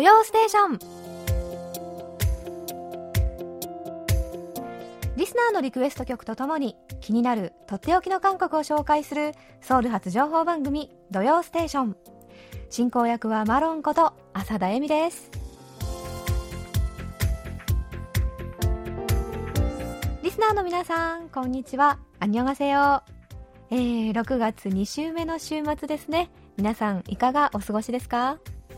曜ステーション。リスナーのリクエスト曲とともに気になるとっておきの韓国を紹介するソウル発情報番組土曜ステーション。進行役はマロンこと浅田恵美です。リスナーの皆さん、こんにちは。アンニョンハセヨ。6月2週目の週末ですね。皆さんいかがお過ごしですか？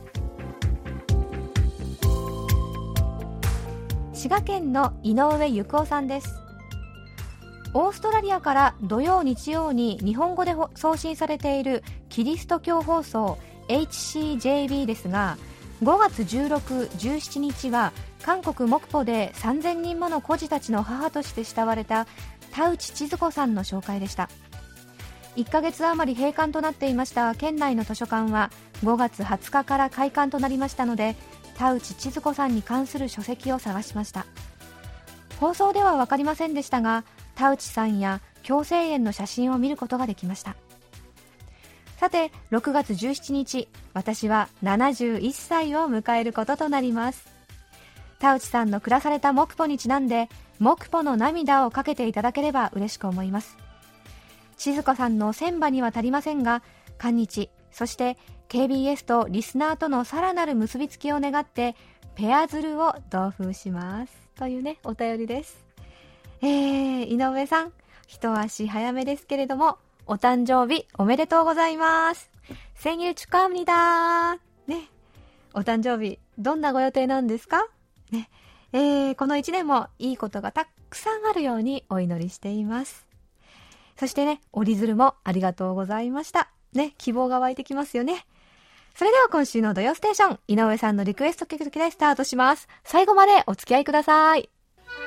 滋賀県の井上ゆくおさんです。オーストラリアから土曜日曜に日本語で送信されているキリスト教放送 HCJB ですが、5月16、17日は韓国モクポで3000人もの孤児たちの母として慕われた田内千鶴子さんの紹介でした。1ヶ月余り閉館となっていました県内の図書館は5月20日から開館となりましたので、田内千鶴子さんに関する書籍を探しました。放送では分かりませんでしたが、田内さんや共生園の写真を見ることができました。さて、6月17日、私は71歳を迎えることとなります。田内さんの暮らされたモクポにちなんで、モクポの涙をかけていただければ嬉しく思います。千鶴子さんの1000羽には足りませんが、韓日、そしてKBS とリスナーとのさらなる結びつきを願ってペアズルを同封しますというね、お便りです。井上さん、一足早めですけれどもお誕生日おめでとうございます。생일 축하합니다。ね、お誕生日どんなご予定なんですかね。この1年もいいことがたくさんあるようにお祈りしています。そしてね、折り鶴もありがとうございましたね。希望が湧いてきますよね。それでは今週の土曜ステーション、井上さんのリクエスト曲でスタートします。最後までお付き合いください。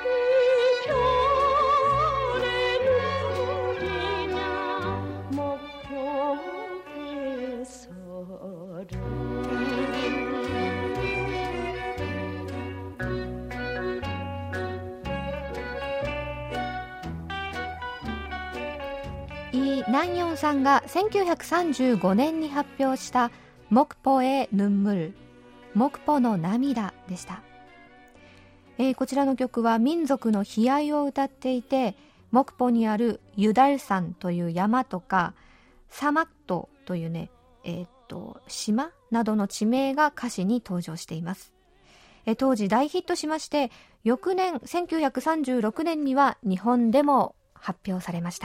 イ・ナンヨンさんが1935年に発表したモクポエ・ヌンムル、モクポの涙でした。こちらの曲は民族の悲哀を歌っていて、モクポにあるユダル山という山とかサマットというね、島などの地名が歌詞に登場しています。当時大ヒットしまして、翌年1936年には日本でも発表されました。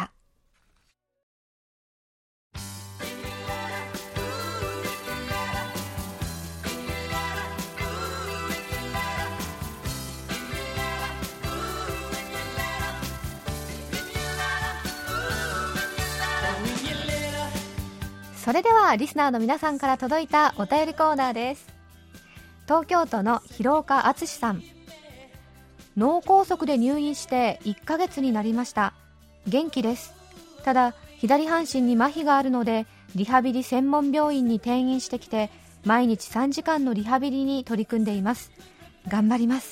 それではリスナーの皆さんから届いたお便りコーナーです。東京都の広岡敦さん。脳梗塞で入院して1ヶ月になりました。元気です。ただ左半身に麻痺があるのでリハビリ専門病院に転院してきて、毎日3時間のリハビリに取り組んでいます。頑張ります。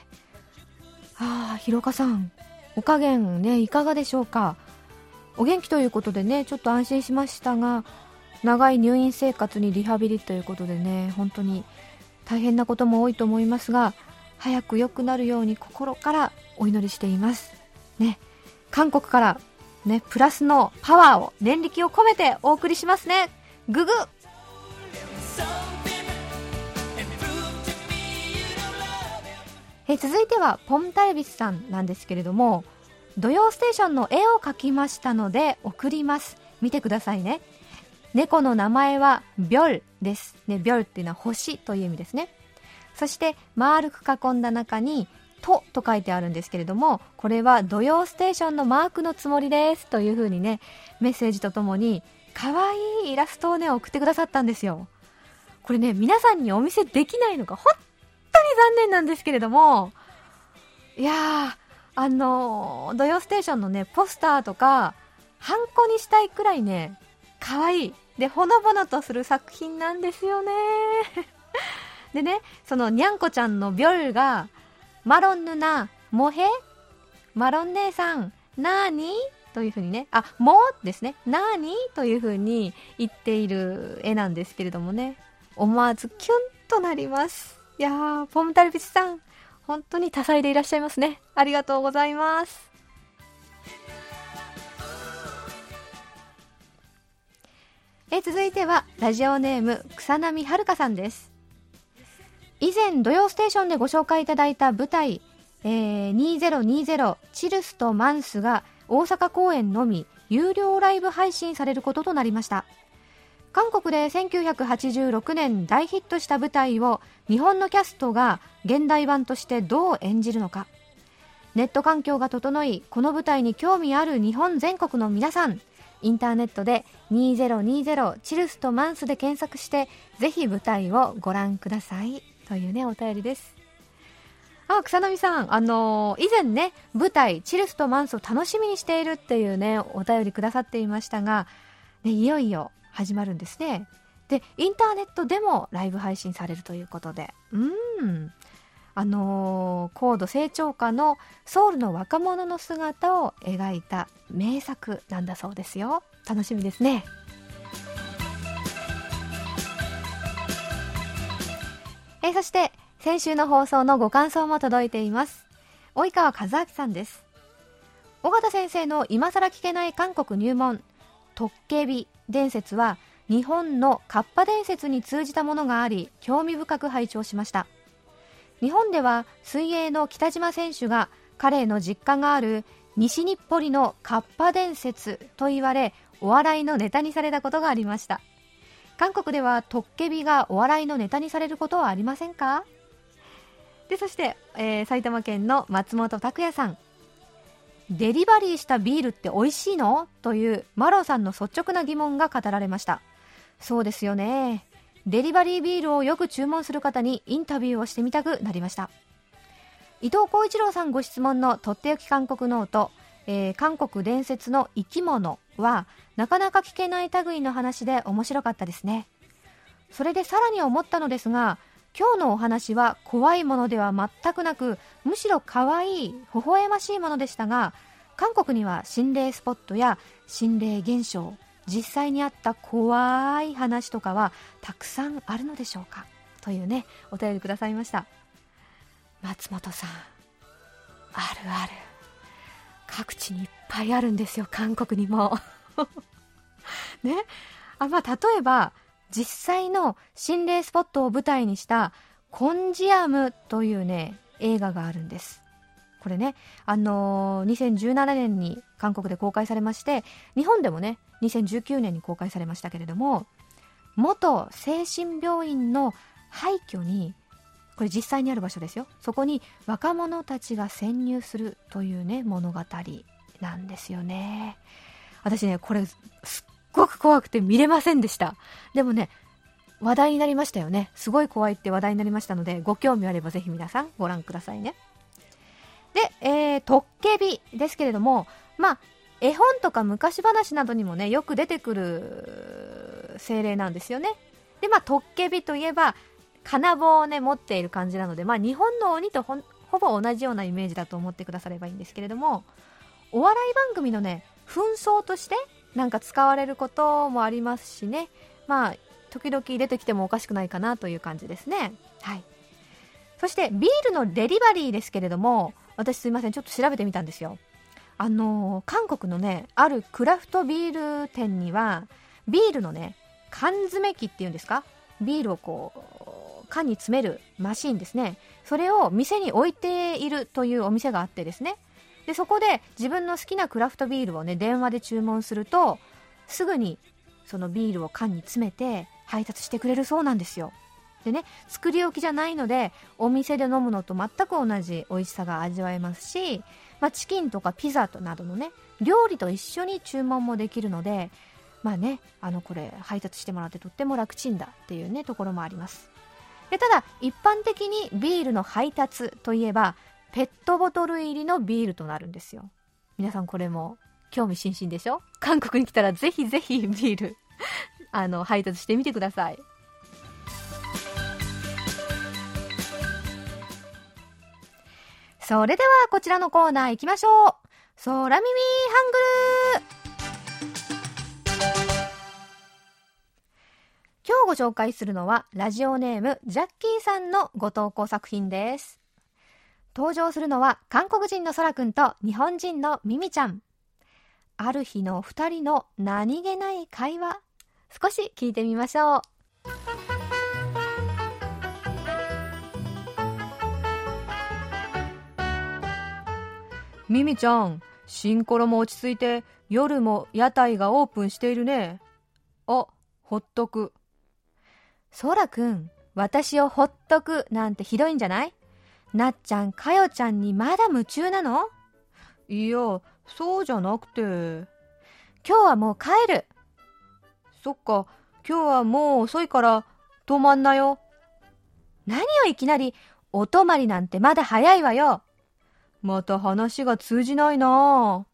広岡さん、お加減ね、いかがでしょうか。お元気ということでね、ちょっと安心しましたが、長い入院生活にリハビリということでね、本当に大変なことも多いと思いますが、早く良くなるように心からお祈りしていますね。韓国からね、プラスのパワーを、念力を込めてお送りしますね。ググ。続いてはポンタルビスさんなんですけれども、土曜ステーションの絵を描きましたので送ります。見てくださいね。猫の名前はビョルですね。ビョルっていうのは星という意味ですね。そして丸く囲んだ中にとと書いてあるんですけれども、これは土曜ステーションのマークのつもりですという風にね、メッセージとともに可愛いイラストをね送ってくださったんですよ。これね、皆さんにお見せできないのが本当に残念なんですけれども、いやー、土曜ステーションのねポスターとかハンコにしたいくらいね、可愛いでほのぼのとする作品なんですよね。でね、そのにゃんこちゃんのビョルがマロンヌナモヘ、マロン姉さんなーにというふうにね、もうですね、なーにというふうに言っている絵なんですけれどもね、思わずキュンとなります。いやー、ポムタルビスさん、本当に多彩でいらっしゃいますね。ありがとうございます。続いてはラジオネーム草波はるかさんです。以前土曜ステーションでご紹介いただいた舞台、2020チルスとマンスが大阪公演のみ有料ライブ配信されることとなりました。韓国で1986年大ヒットした舞台を日本のキャストが現代版としてどう演じるのか。ネット環境が整い、この舞台に興味ある日本全国の皆さん、インターネットで2020チルスとマンスで検索してぜひ舞台をご覧くださいというね、お便りです。草波さん、以前ね、舞台チルスとマンスを楽しみにしているっていうね、お便りくださっていましたが、ね、いよいよ始まるんですね。で、インターネットでもライブ配信されるということで、高度成長下のソウルの若者の姿を描いた名作なんだそうですよ。楽しみですね。そして先週の放送のご感想も届いています。及川和明さんです。尾形先生の今更聞けない韓国入門トッケビ伝説は日本のカッパ伝説に通じたものがあり、興味深く拝聴しました。日本では水泳の北島選手が彼の実家がある西日暮里のカッパ伝説と言われ、お笑いのネタにされたことがありました。韓国ではトッケビがお笑いのネタにされることはありませんか？で、そして、埼玉県の松本拓也さん、デリバリーしたビールって美味しいの？というマロさんの率直な疑問が語られました。そうですよね。デリバリービールをよく注文する方にインタビューをしてみたくなりました。伊藤浩一郎さんご質問のとっておき韓国ノート、韓国伝説の生き物はなかなか聞けない類の話で面白かったですね。それでさらに思ったのですが、今日のお話は怖いものでは全くなく、むしろ可愛い微笑ましいものでしたが、韓国には心霊スポットや心霊現象、実際にあった怖い話とかはたくさんあるのでしょうか、というね、お便りくださいました。松本さん、あるある、各地にいっぱいあるんですよ、韓国にもね、例えば実際の心霊スポットを舞台にしたコンジアムというね、映画があるんです。これね、2017年に韓国で公開されまして、日本でもね2019年に公開されましたけれども、元精神病院の廃墟に、これ実際にある場所ですよ、そこに若者たちが潜入するというね、物語なんですよね。私ね、これすっごく怖くて見れませんでした。でもね、話題になりましたよね。すごい怖いって話題になりましたので、ご興味あればぜひ皆さんご覧くださいね。で、トッケビですけれども、絵本とか昔話などにもね、よく出てくる精霊なんですよね。で、トッケビといえば金棒をね持っている感じなので、日本の鬼とほぼ同じようなイメージだと思ってくださればいいんですけれども、お笑い番組のね、紛争としてなんか使われることもありますしね、時々出てきてもおかしくないかなという感じですね。はい。そしてビールのデリバリーですけれども、私すいません、ちょっと調べてみたんですよ。韓国のね、あるクラフトビール店にはビールのね、缶詰機っていうんですか、ビールをこう缶に詰めるマシンですね、それを店に置いているというお店があってですね、でそこで自分の好きなクラフトビールをね、電話で注文するとすぐにそのビールを缶に詰めて配達してくれるそうなんですよ。でね、作り置きじゃないのでお店で飲むのと全く同じ美味しさが味わえますし、チキンとかピザなどのね、料理と一緒に注文もできるので、これ配達してもらってとっても楽ちんだっていうね、ところもあります。で、ただ一般的にビールの配達といえばペットボトル入りのビールとなるんですよ。皆さんこれも興味津々でしょ？韓国に来たらぜひぜひビール配達してみてください。それではこちらのコーナー行きましょう。空耳ハングル。今日ごご紹介するのはラジオネームジャッキーさんのご投稿作品です。登場するのは韓国人のソラくんと日本人のミミちゃん。ある日の2人の何気ない会話、少し聞いてみましょう。ミミちゃん、新コロも落ち着いて夜も屋台がオープンしているね。あ、ほっとく。ソラくん、私をほっとくなんてひどいんじゃない？なっちゃん、かよちゃんにまだ夢中なの？いや、そうじゃなくて。今日はもう帰る。そっか、今日はもう遅いから泊まんなよ。何をいきなりお泊まりなんてまだ早いわよ。また話が通じないな。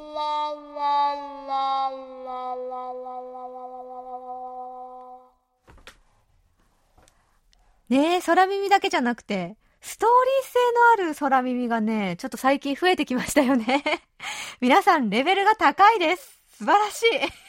ねえ、空耳だけじゃなくてストーリー性のある空耳がね、ちょっと最近増えてきましたよね。皆さんレベルが高いです。素晴らし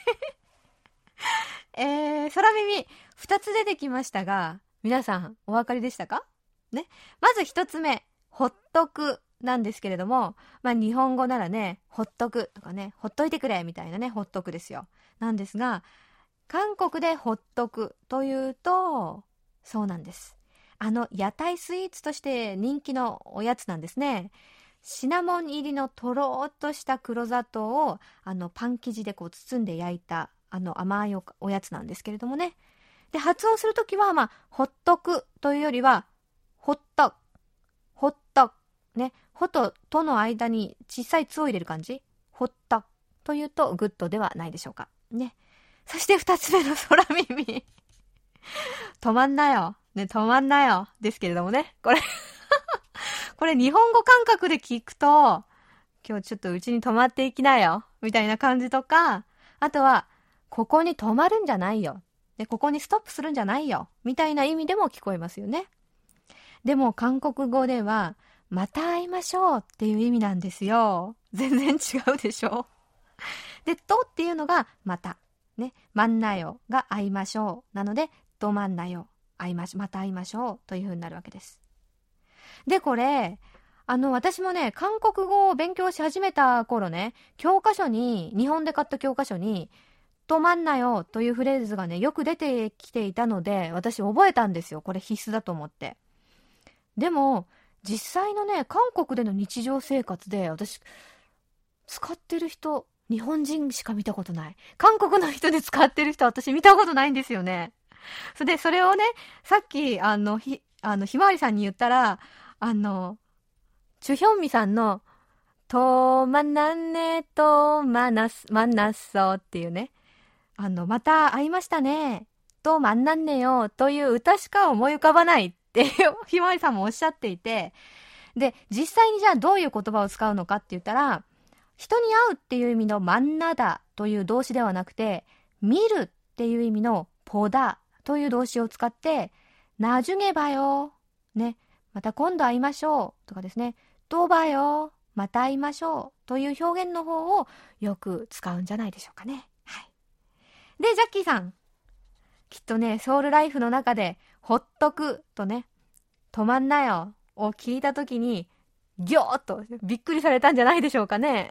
い。空耳2つ出てきましたが、皆さんお分かりでしたかね。まず1つ目、ほっとくなんですけれども、日本語ならね、ほっとくとかね、ほっといてくれみたいなね、ほっとくですよ。なんですが、韓国でほっとくというと、そうなんです。屋台スイーツとして人気のおやつなんですね。シナモン入りのとろーっとした黒砂糖をパン生地でこう包んで焼いた甘い おやつなんですけれどもね。で、発音するときはほっとくというよりはほっとほっとね、ほととの間に小さいつを入れる感じ、ほっとというとグッドではないでしょうかね。そして2つ目の空耳止まんなよね、止まんなよですけれどもね、これ日本語感覚で聞くと、今日ちょっとうちに泊まっていきなよみたいな感じとか、あとはここに泊まるんじゃないよ、でここにストップするんじゃないよみたいな意味でも聞こえますよね。でも韓国語ではまた会いましょうっていう意味なんですよ。全然違うでしょ。で、とっていうのがまたね、まんなよが会いましょうなので、とまんなよ、また会いましょうという風になるわけです。で、これ私もね、韓国語を勉強し始めた頃ね、教科書に、日本で買った教科書にとまんなよというフレーズがね、よく出てきていたので、私覚えたんですよ。これ必須だと思って。でも実際のね、韓国での日常生活で私使ってる人、日本人しか見たことない。韓国の人で使ってる人、私見たことないんですよね。それをね、さっきひまわりさんに言ったら、チュヒョンミさんのとまなんねとまなっそっていうね、また会いましたねとまんなんねよという歌しか思い浮かばないってひまわりさんもおっしゃっていて、で、実際にじゃあどういう言葉を使うのかって言ったら、人に会うっていう意味のまんなだという動詞ではなくて、見るっていう意味のポダという動詞を使って、なじゅげばよ、ね、また今度会いましょうとかですね、とばよ、また会いましょうという表現の方をよく使うんじゃないでしょうかね。はい。で、ジャッキーさん、きっとね、ソウルライフの中でほっとくとね、止まんなよを聞いたときにギョーっとびっくりされたんじゃないでしょうかね。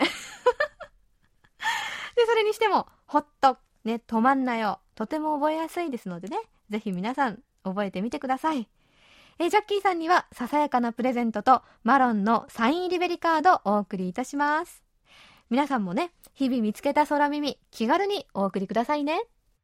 で、それにしてもほっとね、止まんなよ、とても覚えやすいですのでね、ぜひ皆さん覚えてみてください。ジャッキーさんにはささやかなプレゼントとマロンのサイン入りベリカードをお送りいたします。皆さんもね、日々見つけた空耳、気軽にお送りくださいね。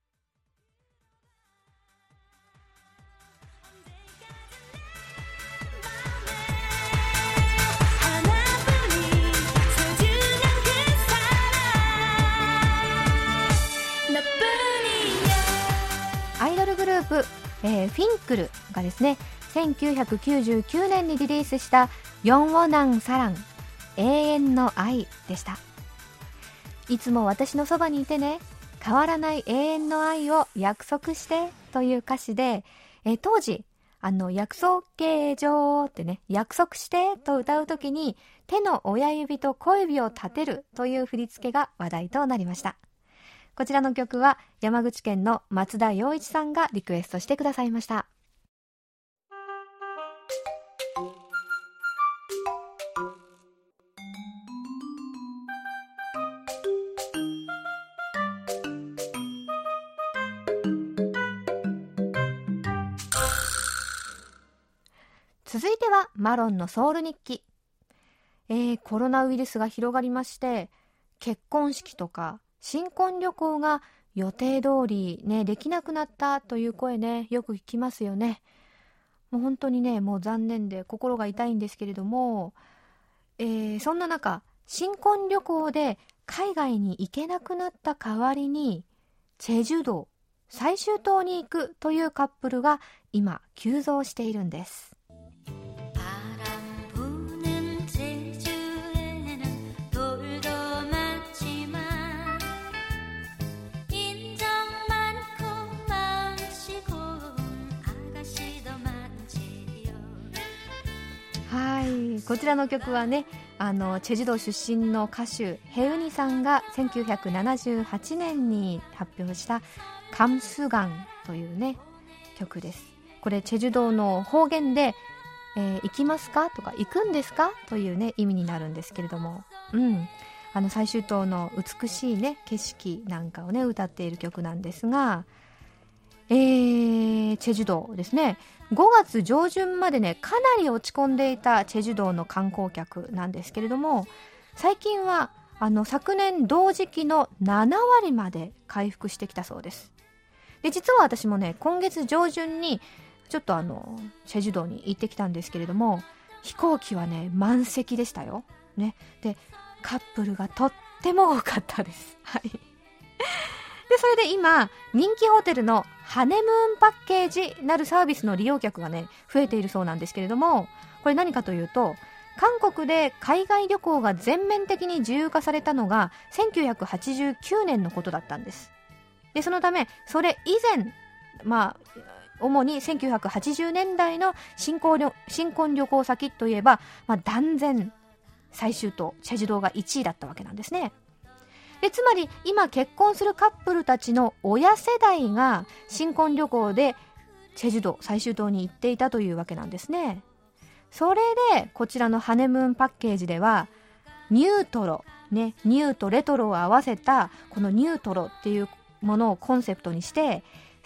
アイドルグループ、フィンクルがですね、1999年にリリースしたヨンウォナンサラン、永遠の愛でした。いつも私のそばにいてね、変わらない永遠の愛を約束してという歌詞で、当時約束上ってね、約束してと歌うときに手の親指と小指を立てるという振り付けが話題となりました。 こちらの曲は山口県の松田洋一さんがリクエストしてくださいました。続いてはマロンのソウル日記。コロナウイルスが広がりまして、結婚式とか新婚旅行が予定通りねできなくなったという声ね、よく聞きますよね。もう本当にね、もう残念で心が痛いんですけれども、そんな中、新婚旅行で海外に行けなくなった代わりにチェジュ島、最終島に行くというカップルが今急増しているんです。はい、こちらの曲はね、チェジュ島出身の歌手ヘウニさんが1978年に発表したカムスガンというね曲です。これチェジュ島の方言で、行きますかとか行くんですかというね意味になるんですけれども、最終島の美しいね景色なんかをね歌っている曲なんですが、チェジュ島ですね、5月上旬までねかなり落ち込んでいたチェジュ島の観光客なんですけれども、最近は昨年同時期の7割まで回復してきたそうです。で、実は私もね今月上旬にちょっとチェジュ島に行ってきたんですけれども、飛行機はね満席でしたよ、ね、でカップルがとっても多かったです。はい。で、それで今人気ホテルのハネムーンパッケージなるサービスの利用客がね増えているそうなんですけれども、これ何かというと、韓国で海外旅行が全面的に自由化されたのが1989年のことだったんです。で、そのためそれ以前、主に1980年代の新婚旅行先といえば、断然最終島チェジュ島が1位だったわけなんですね。で、つまり今結婚するカップルたちの親世代が新婚旅行でチェジュ島最終島に行っていたというわけなんですね。それでこちらのハネムーンパッケージではニュートロ、ね、ニューとレトロを合わせたこのニュートロっていうものをコンセプトにして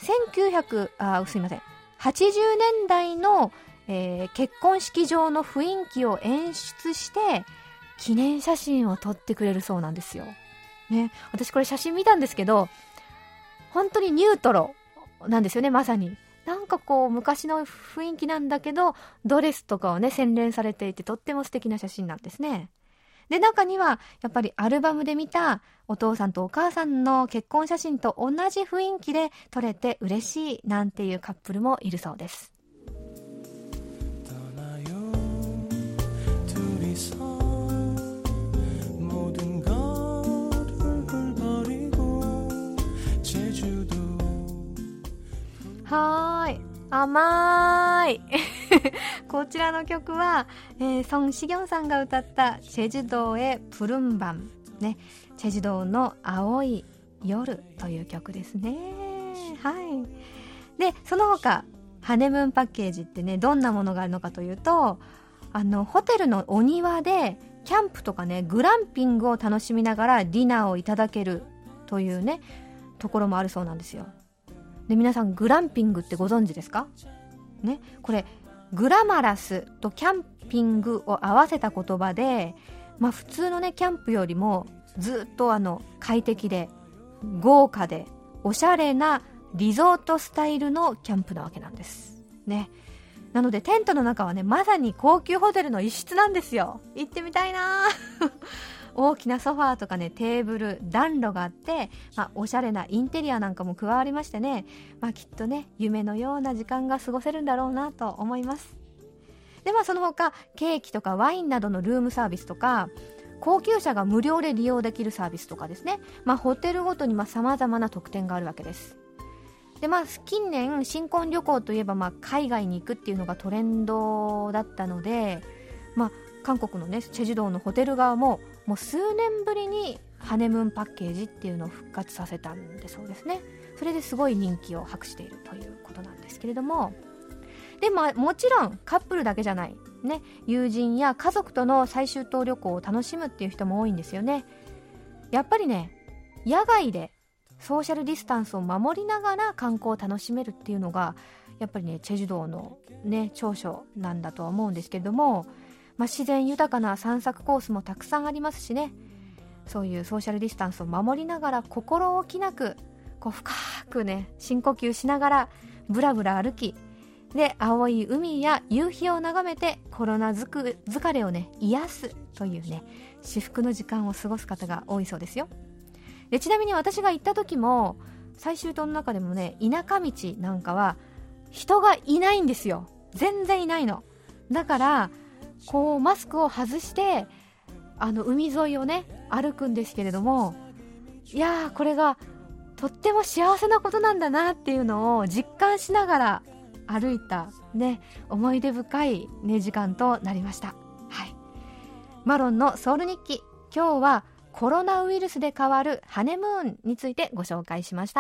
80年代の、結婚式場の雰囲気を演出して記念写真を撮ってくれるそうなんですよ。ね、私これ写真見たんですけど、本当にニュートロなんですよね。まさになんかこう昔の雰囲気なんだけど、ドレスとかをね洗練されていてとっても素敵な写真なんですね。で、中にはやっぱりアルバムで見たお父さんとお母さんの結婚写真と同じ雰囲気で撮れて嬉しいなんていうカップルもいるそうです。はーい、甘いこちらの曲は、ソン・シギョンさんが歌ったチェジュ島へプルンバン、ね、チェジュ島の青い夜という曲ですね。はい。で、その他ハネムーンパッケージってねどんなものがあるのかというと、ホテルのお庭でキャンプとかねグランピングを楽しみながらディナーをいただけるというねところもあるそうなんですよ。で、皆さんグランピングってご存知ですかね。これグラマラスとキャンピングを合わせた言葉で、普通のねキャンプよりもずっと快適で豪華でおしゃれなリゾートスタイルのキャンプなわけなんですね。なのでテントの中はねまさに高級ホテルの一室なんですよ。行ってみたいな大きなソファーとかねテーブル暖炉があって、おしゃれなインテリアなんかも加わりましてね、きっとね夢のような時間が過ごせるんだろうなと思います。で、その他ケーキとかワインなどのルームサービスとか高級車が無料で利用できるサービスとかですね、ホテルごとに様々な特典があるわけです。で、近年新婚旅行といえば海外に行くっていうのがトレンドだったので、韓国のねチェジュ島のホテル側ももう数年ぶりにハネムーンパッケージっていうのを復活させたんでそうですね。それですごい人気を博しているということなんですけれども、でももちろんカップルだけじゃない、ね、友人や家族との最終島旅行を楽しむっていう人も多いんですよね。やっぱりね、野外でソーシャルディスタンスを守りながら観光を楽しめるっていうのがやっぱりね、チェジュ島の、ね、長所なんだとは思うんですけれども、自然豊かな散策コースもたくさんありますしね、そういうソーシャルディスタンスを守りながら心置きなくこう深くね深呼吸しながらブラブラ歩きで、青い海や夕日を眺めてコロナ疲れをね癒すというね至福の時間を過ごす方が多いそうですよ。で、ちなみに私が行った時も最終島の中でもね、田舎道なんかは人がいないんですよ。全然いないの。だからこうマスクを外して海沿いをね歩くんですけれども、いやー、これがとっても幸せなことなんだなっていうのを実感しながら歩いたね、思い出深いね時間となりました。はい。マロンのソウル日記、今日はコロナウイルスで変わるハネムーンについてご紹介しました。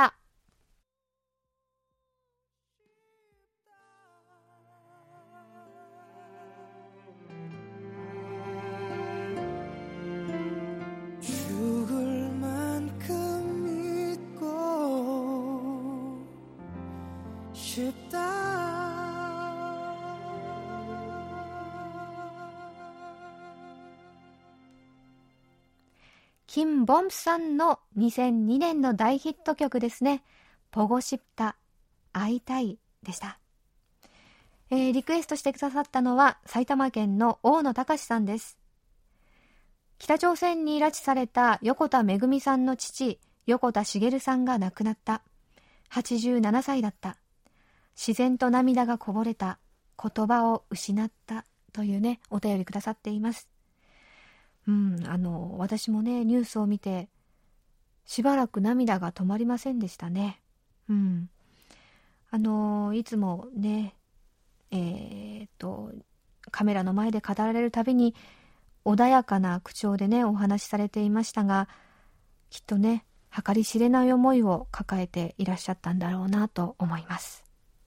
キム・ボムさんの2002年の大ヒット曲ですね。ポゴシプタ、会いたいでした。リクエストしてくださったのは埼玉県の大野隆さんです。北朝鮮に拉致された横田めぐみさんの父、横田茂さんが亡くなった。87歳だった。自然と涙がこぼれた。言葉を失った。というね、お便りくださっています。私もね、ニュースを見て、しばらく涙が止まりませんでしたね。いつもね、カメラの前で語られるたびに、穏やかな口調でね、お話しされていましたが、きっとね、計り知れない思いを抱えていらっしゃったんだろうなと思います。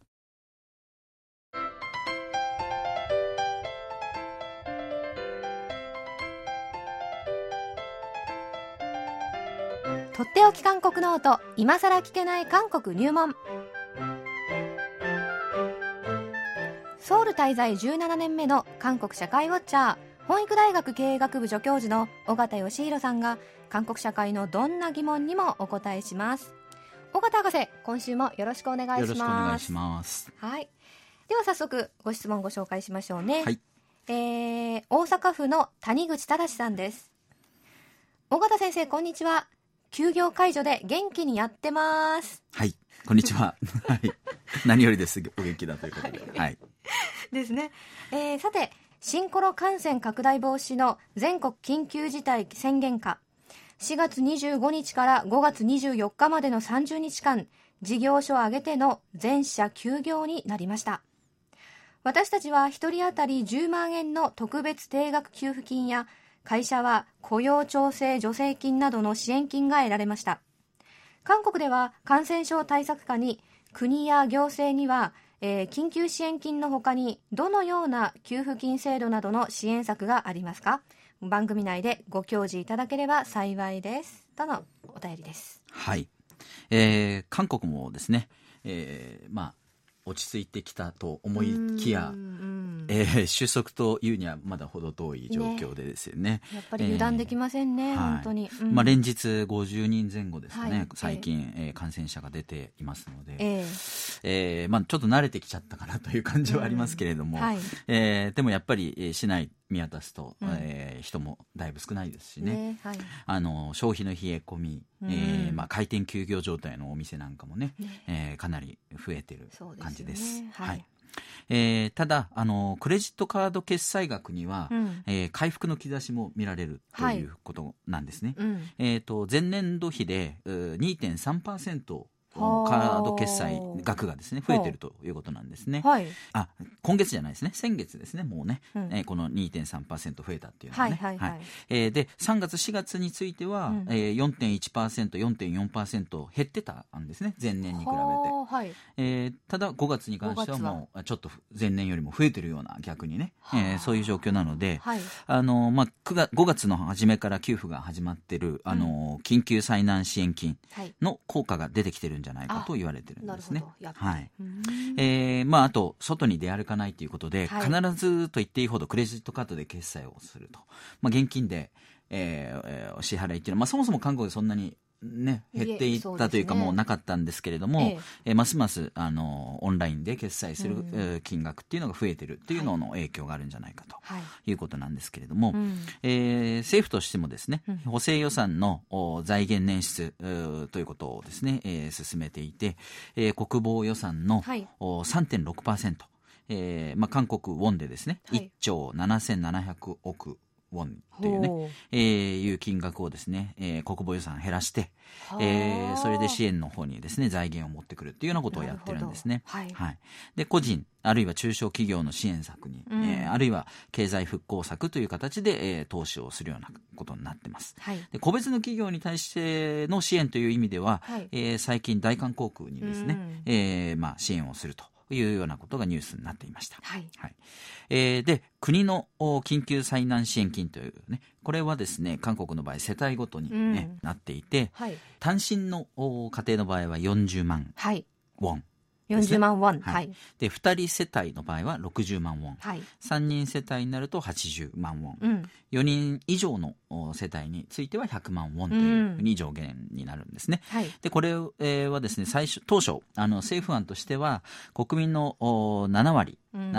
とっておき韓国ノート、今さら聞けない韓国入門。ソウル滞在17年目の韓国社会ウォッチャー、本育大学経営学部助教授の尾形義弘さんが韓国社会のどんな疑問にもお答えします。尾形博士、今週もよろしくお願いします。 よろしくお願いします。 はい。では早速ご質問ご紹介しましょうね。 はい。 大阪府の谷口忠さんです。尾形先生、こんにちは。休業解除で元気にやってます。 はい、こんにちは。はい、何よりです。お元気だということで。はい。 ですね。さて、新コロ感染拡大防止の全国緊急事態宣言下、4月25日から5月24日までの30日間、事業所を挙げての全社休業になりました。私たちは1人当たり10万円の特別定額給付金や、会社は雇用調整助成金などの支援金が得られました。韓国では感染症対策課に国や行政には、緊急支援金の他にどのような給付金制度などの支援策がありますか？番組内でご教示いただければ幸いです。とのお便りです。 はい。韓国もですね、落ち着いてきたと思いきや、収束というにはまだ程遠い状況でですよね。 やっぱり油断できませんね、本当に。 連日50人前後ですかね、最近、感染者が出ていますので、ちょっと慣れてきちゃったかなという感じはありますけれども、でもやっぱり市内見渡すと、人もだいぶ少ないですしね、消費の冷え込み、開店休業状態のお店なんかもね、かなり増えてる感じです。ただクレジットカード決済額には、回復の兆しも見られるということなんですね。前年度比で 2.3% 増カード決済額がですね増えてるということなんですね。 はい、 今月じゃないですね、先月ですね、もうね、この 2.3% 増えたっていうのはね。で3月4月については、4.1%、4.4% 減ってたんですね、前年に比べて。ただ5月に関してはもうちょっと前年よりも増えてるような、逆にね、そういう状況なので、5月の初めから給付が始まってる緊急災難支援金の効果が出てきてるんじゃないかと言われてるんですね。あと外に出歩かないということで、必ずと言っていいほどクレジットカードで決済をすると、現金で、お支払いっていうのは、そもそも韓国でそんなにね、減っていったというか、もうなかったんですけれども、ますますオンラインで決済する、金額っていうのが増えてるっていうのの影響があるんじゃないかということなんですけれども、政府としてもですね、補正予算の財源捻出ということをですね、進めていて、国防予算の 3.6%、韓国ウォンでですね、1兆7700億ウォンというね、いう金額をですね、国防予算減らして、それで支援の方にですね財源を持ってくるっていうようなことをやってるんですね。で個人あるいは中小企業の支援策に、あるいは経済復興策という形で、投資をするようなことになってます。で個別の企業に対しての支援という意味では、最近大韓航空にですね、支援をするというようなことがニュースになっていました。で国の緊急災難支援金というね、これはですね韓国の場合世帯ごとに、なっていて、単身の家庭の場合は40万ウォン、 40万ウォン、 で2人世帯の場合は60万ウォン、3人世帯になると80万ウォン、4人以上の世帯については100万ウォンというふうに上限になるんですね。でこれはですね当初政府案としては国民の7割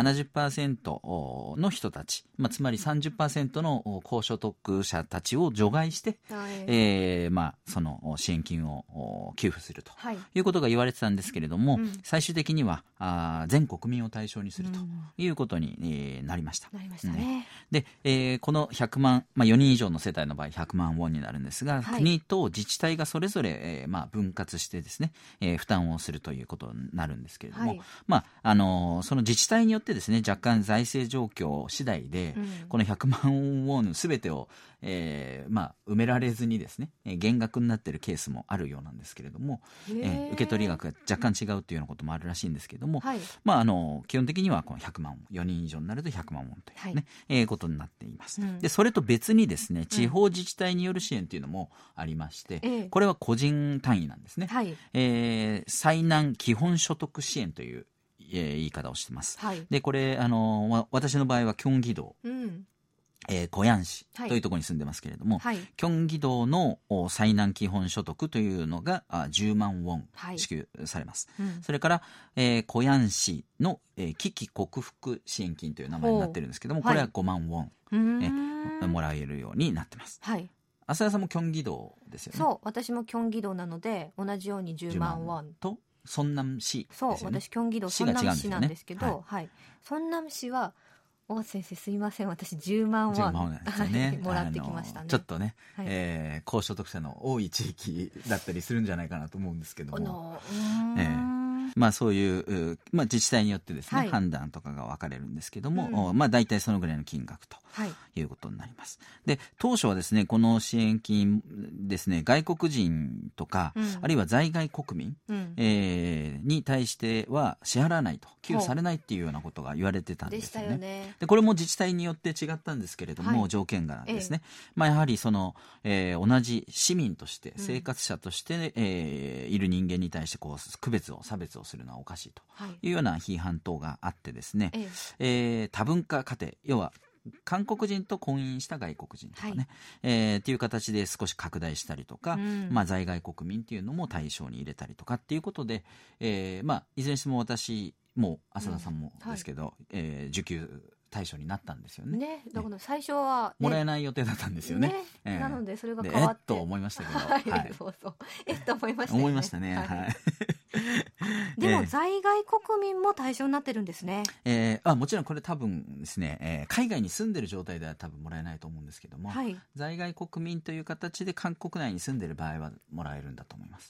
70% の人たち、つまり 30% の高所得者たちを除外して、その支援金を給付するということが言われてたんですけれども、最終的には全国民を対象にするということに、なりました。で、この100万、4人以上の世帯の場合100万ウォンになるんですが、国と自治体がそれぞれ、分割してですね、負担をするということになるんですけれども、その自治体によってですね若干財政状況次第で、この100万ウォンすべてを、埋められずにですね減額になっているケースもあるようなんですけれども、受け取り額が若干違うというようなこともあるらしいんですけれども、基本的にはこの100万ウォン、4人以上になると100万ウォンというね、ことになっています。でそれと別にですね地方自治体による支援というのもありまして、これは個人単位なんですね。災難基本所得支援という言い方をしてます。でこれ私の場合はキョンギ道、コヤン市というところに住んでますけれども、キョンギ道の災難基本所得というのが10万ウォン支給されます。それから、コヤン市の、危機克服支援金という名前になってるんですけども、これは5万ウォン、もらえるようになってます。浅田さんもキョンギ道ですよね。 そう、私もキョンギ道なので同じように10万ウォンとソンナム市ですよね。 そう、私キョンギ道ソンナム市なんですけど、ソンナム市は大先生すいません、私10万ウォン、もらってきましたね。 ちょっとね、高所得者の多い地域だったりするんじゃないかなと思うんですけども、そういう、自治体によってですね、判断とかが分かれるんですけども、大体そのぐらいの金額ということになります。で当初はですねこの支援金ですね外国人とか、あるいは在外国民、に対しては支払わないと、給付されないっていうようなことが言われてたんですよね。でこれも自治体によって違ったんですけれども、条件がですね、やはりその、同じ市民として生活者として、いる人間に対してこう区別を差別をするのはおかしいというような批判等があってですね、多文化家庭、要は韓国人と婚姻した外国人とかね、っていう形で少し拡大したりとか、在外国民っていうのも対象に入れたりとかっていうことで、いずれにしても私も浅田さんもですけど、受給対象になったんですよね。 だから最初は、 もらえない予定だったんですよね。 なのでそれが変わってと思いましたけど、 と思いましたね。 思いましたね。 でも在外国民も対象になってるんですね。 もちろんこれ多分ですね、海外に住んでる状態では多分もらえないと思うんですけども、在外国民という形で韓国内に住んでる場合はもらえるんだと思います。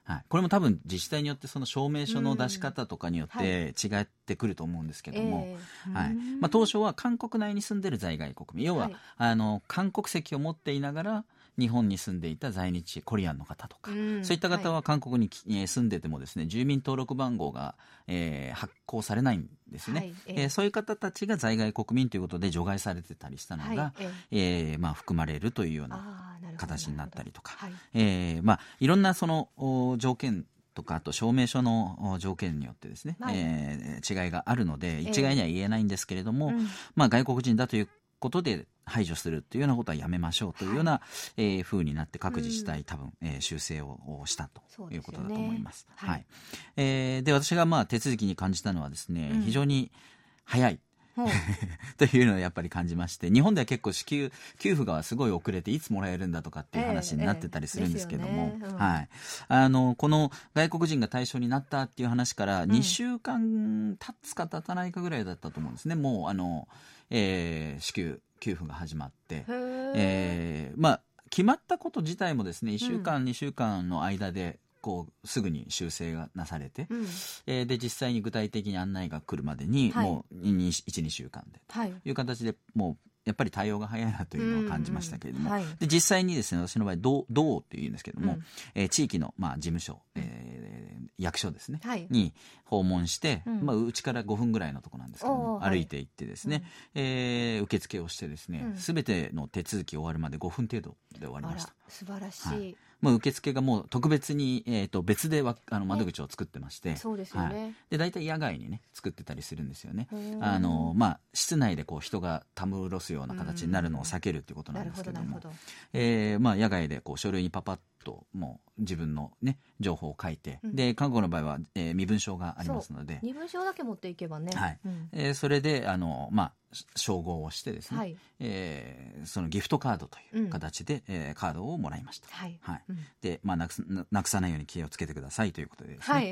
はい、これも多分自治体によってその証明書の出し方とかによって違ってくると思うんですけども、はい、当初は韓国内に住んでる在外国民、要は、韓国籍を持っていながら日本に住んでいた在日コリアンの方とか、そういった方は韓国に住んでてもですね、住民登録番号が、発行されないんですね、そういう方たちが在外国民ということで除外されてたりしたのが、含まれるというような形になったりとか、いろんなその条件とか、あと証明書の条件によってですね、違いがあるので一概には言えないんですけれども、外国人だということで排除するというようなことはやめましょうというような、風になって各自治体多分、修正をしたということだと思います。で私が手続きに感じたのはですね、非常に早いというのをやっぱり感じまして、日本では結構給付がすごい遅れていつもらえるんだとかっていう話になってたりするんですけども、この外国人が対象になったっていう話から2週間経つか経たないかぐらいだったと思うんですね。もう支給給付が始まって、決まったこと自体もですね、1週間、2週間の間ですぐに修正がなされて、で実際に具体的に案内が来るまでに、もう 1,2 週間でという形で、もうやっぱり対応が早いなというのを感じましたけれども、で実際にですね、私の場合道っていうんですけども、地域の、事務所、役所ですね、に訪問して、うちから5分ぐらいのところなんですけども、歩いて行ってですね、受付をしてですね、全ての手続き終わるまで5分程度で終わりました。 素晴らしい。 受付がもう特別に、別で窓口を作ってまして、 そうですよね。 で大体野外にね作ってたりするんですよね。室内で人がたむろすような形になるのを避けるっていうことなんですけども、野外で書類にパパッともう自分のね情報を書いて、で韓国の場合は、身分証がありますので、 身分証だけ持っていけばね、 それで照合をしてですね、そのギフトカードという形で、カードをもらいました。で、なくさないように気をつけてくださいということでですね、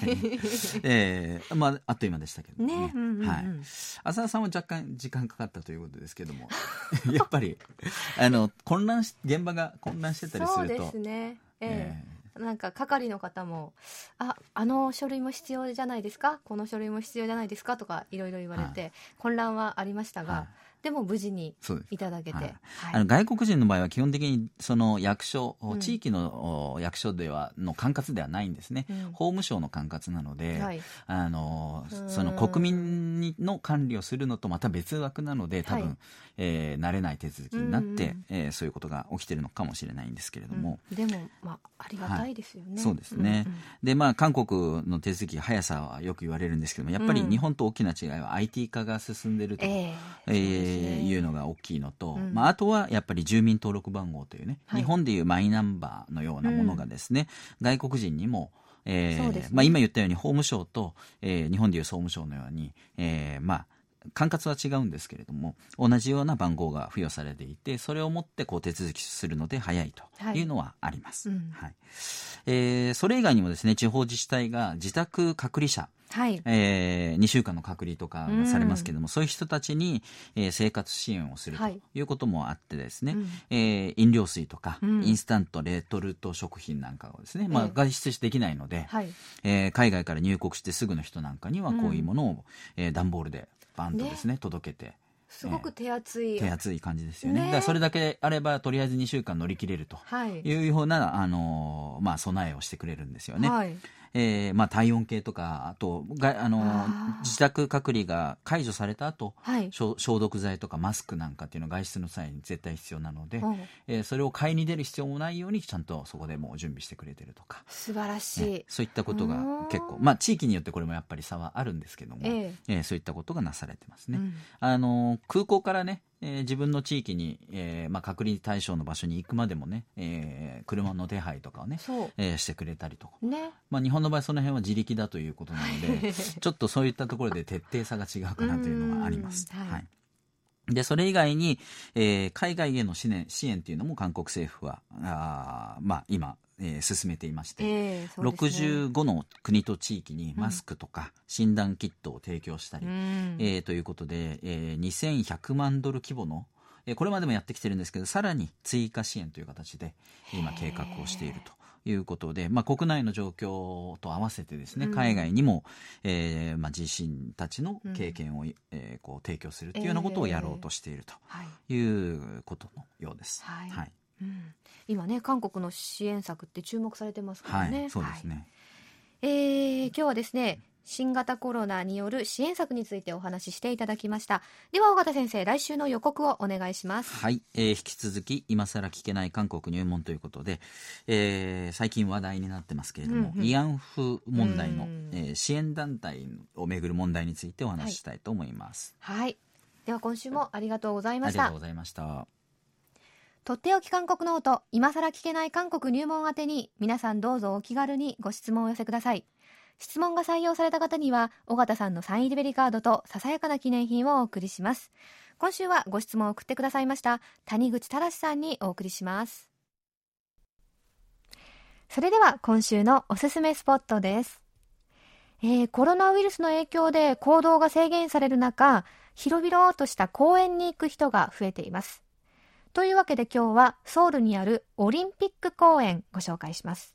あっという間でしたけどね。浅田さんは若干時間かかったということですけどもやっぱり現場が混乱してたりすると、 そうですね、なんか係の方もあの書類も必要じゃないですか、この書類も必要じゃないですかとかいろいろ言われて、混乱はありましたが、でも無事にいただけて、 外国人の場合は基本的にその役所、地域の役所の管轄ではないんですね、法務省の管轄なので、その国民の管理をするのとまた別枠なので、多分、慣れない手続きになって、そういうことが起きてるのかもしれないんですけれども、 でもありがたいですよね。 そうですね。で韓国の手続き速さはよく言われるんですけども、やっぱり日本と大きな違いは IT 化が進んでるというのが大きいのと、あとはやっぱり住民登録番号というね、日本でいうマイナンバーのようなものがですね、外国人にも今言ったように法務省と、日本でいう総務省のように、管轄は違うんですけれども、同じような番号が付与されていて、それをもって手続きするので早いというのはあります。それ以外にもですね、地方自治体が自宅隔離者、2週間の隔離とかがされますけれども、そういう人たちに、生活支援をするということもあってですね、飲料水とか、インスタントレトルト食品なんかをですね、外出できないので、海外から入国してすぐの人なんかにはこういうものを、段ボールでバンとですね、届けて、 すごく手厚い感じですよね。だからそれだけあればとりあえず2週間乗り切れるというような、備えをしてくれるんですよね。体温計とか、あと自宅隔離が解除された後、消毒剤とかマスクなんかっていうのは外出の際に絶対必要なので、それを買いに出る必要もないようにちゃんとそこでもう準備してくれてるとか、 素晴らしい、 そういったことが結構、地域によってこれもやっぱり差はあるんですけども、そういったことがなされてますね。空港からね、自分の地域に、隔離対象の場所に行くまでもね、車の手配とかをね、してくれたりとか、日本の場合その辺は自力だということなのでちょっとそういったところで徹底さが違うかなというのがあります。でそれ以外に、海外への支援というのも韓国政府は今進めていまして、65の国と地域にマスクとか診断キットを提供したり、ということで、2100万ドル規模の、これまでもやってきてるんですけど、さらに追加支援という形で今計画をしているということで、国内の状況と合わせてですね、海外にも、自身たちの経験を、こう提供するというようなことをやろうとしているということのようです。 今ね、韓国の支援策って注目されてますからね。 そうですね。 今日はですね、新型コロナによる支援策についてお話ししていただきました。では尾形先生、来週の予告をお願いします。 引き続き今更聞けない韓国入門ということで、最近話題になってますけれども、慰安婦問題の、支援団体をめぐる問題についてお話ししたいと思います。 では今週もありがとうございました。 ありがとうございました。 とっておき韓国ノート、今更聞けない韓国入門宛てに皆さんどうぞお気軽にご質問をお寄せください。質問が採用された方には尾形さんのサイン入りベリーカードとささやかな記念品をお送りします。今週はご質問を送ってくださいました谷口忠さんにお送りします。それでは今週のおすすめスポットです。コロナウイルスの影響で行動が制限される中、広々とした公園に行く人が増えています。というわけで今日はソウルにあるオリンピック公園ご紹介します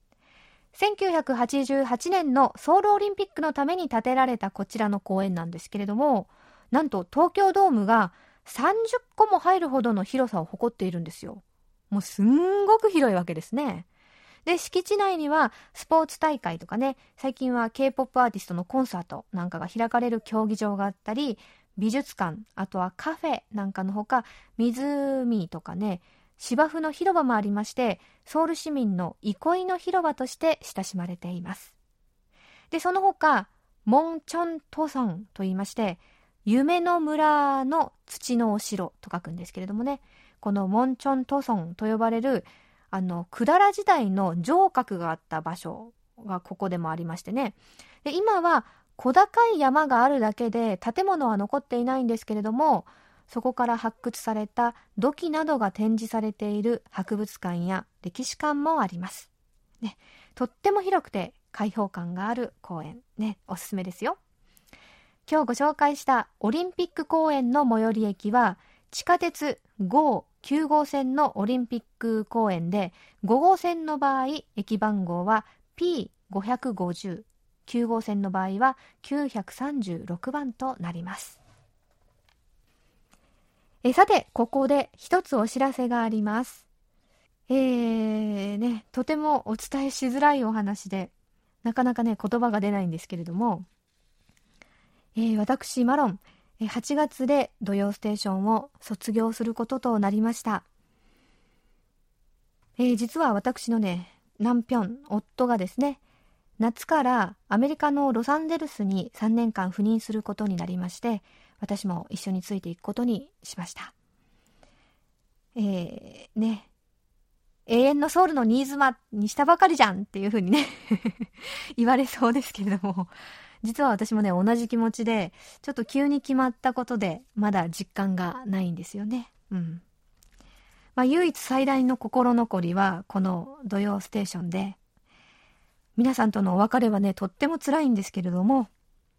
。1988年のソウルオリンピックのために建てられたこちらの公園なんですけれども、なんと東京ドームが30個も入るほどの広さを誇っているんですよ。もうすんごく広いわけですね。で、敷地内にはスポーツ大会とかね、最近は K-POP アーティストのコンサートなんかが開かれる競技場があったり、美術館、あとはカフェなんかのほか、湖とかね、芝生の広場もありまして、ソウル市民の憩いの広場として親しまれています。で、その他、モンチョントソンと言いまして、夢の村の土のお城と書くんですけれどもね、このモンチョントソンと呼ばれる、百済時代の城郭があった場所がここでもありましてね。で、今は小高い山があるだけで建物は残っていないんですけれども、そこから発掘された土器などが展示されている博物館や歴史館もあります。ね、とっても広くて開放感がある公園、ね、おすすめですよ。今日ご紹介したオリンピック公園の最寄り駅は地下鉄5-9号線のオリンピック公園で、5号線の場合駅番号は P550、9号線の場合は936番となります。さて、ここで一つお知らせがあります。とてもお伝えしづらいお話で、なかなかね、言葉が出ないんですけれども、私、マロン、8月で土曜ステーションを卒業することとなりました。実は私のね、ナンピョン、夫がですね、夏からアメリカのロサンゼルスに3年間赴任することになりまして、私も一緒についていくことにしました。永遠のソウルの新妻にしたばかりじゃんっていう風にね言われそうですけれども、実は私もね、同じ気持ちで、ちょっと急に決まったことでまだ実感がないんですよね。唯一最大の心残りはこの土曜ステーションで、皆さんとのお別れはね、とっても辛いんですけれども、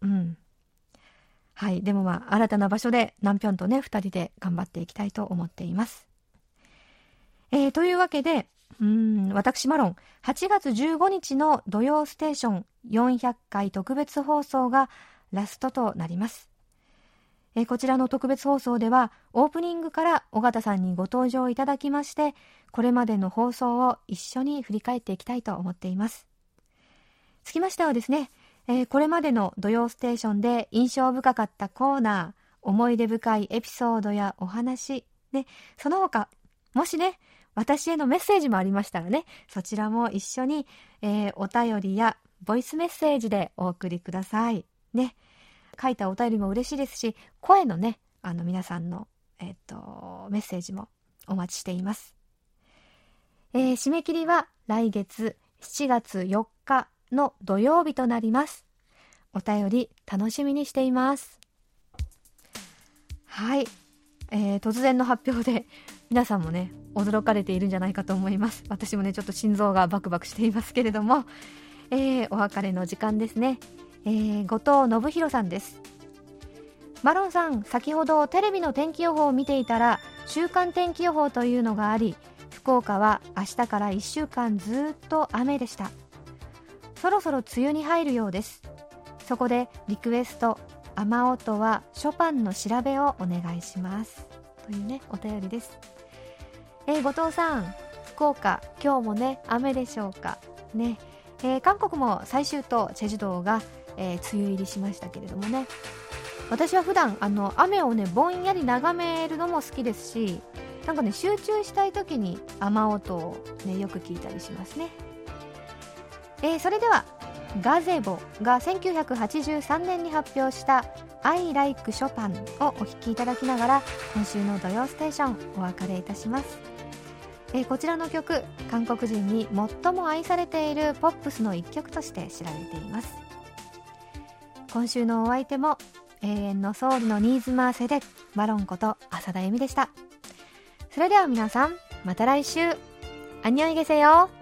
でも新たな場所でナンピョンとね、2人で頑張っていきたいと思っています。というわけで、私マロン、8月15日の土曜ステーション400回特別放送がラストとなります。こちらの特別放送では、オープニングから尾形さんにご登場いただきまして、これまでの放送を一緒に振り返っていきたいと思っています。つきましてはですね、これまでの土曜ステーションで印象深かったコーナー、思い出深いエピソードやお話、その他、もしね、私へのメッセージもありましたらね、そちらも一緒に、お便りやボイスメッセージでお送りください。書いたお便りも嬉しいですし、声のね、皆さんの、メッセージもお待ちしています。締め切りは来月7月4日の土曜日となります。お便り楽しみにしています。突然の発表で皆さんもね、驚かれているんじゃないかと思います。私もね、ちょっと心臓がバクバクしていますけれども、お別れの時間ですね。後藤信弘さんです。マロンさん、先ほどテレビの天気予報を見ていたら、週間天気予報というのがあり、 福岡は明日から1週間ずっと雨でした。そろそろ梅雨に入るようです。そこでリクエスト、雨音はショパンの調べをお願いします、というねお便りです。後藤さん、福岡今日もね雨でしょうかね。韓国も最終島チェジュ島が、梅雨入りしましたけれどもね、私は普段雨をねぼんやり眺めるのも好きですし、なんかね集中したい時に雨音をねよく聞いたりしますね。それではガゼボが1983年に発表したI Like Chopin をお聴きいただきながら、今週の土曜ステーションお別れいたします。こちらの曲、韓国人に最も愛されているポップスの一曲として知られています。今週のお相手も永遠のソウルの新妻セデマロンこと浅田由美でした。それでは皆さん、また来週。안녕히 계세요。